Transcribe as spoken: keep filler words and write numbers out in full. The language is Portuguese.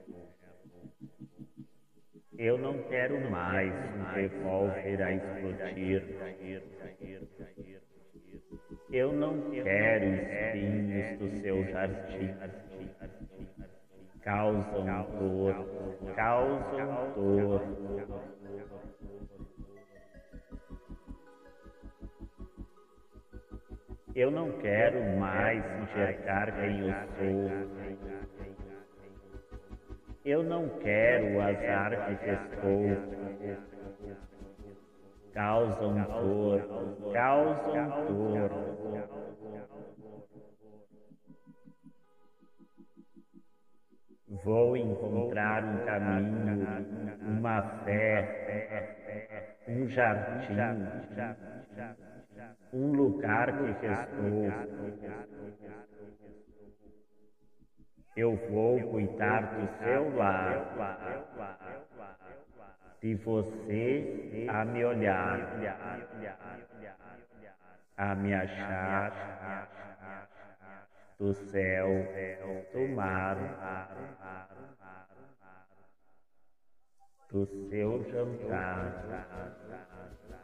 Eu não quero mais um revólver a explodir. Eu não quero espinhos do seu jardim. Causam dor, causam dor. Eu não quero mais enxergar quem eu sou. Eu não quero o azar que festou. Causam dor, causam dor. Vou encontrar um caminho, uma fé, um jardim, um lugar que restou. Eu vou cuidar do seu lar, se você a me olhar, a me achar, do céu, do mar, do seu jantar.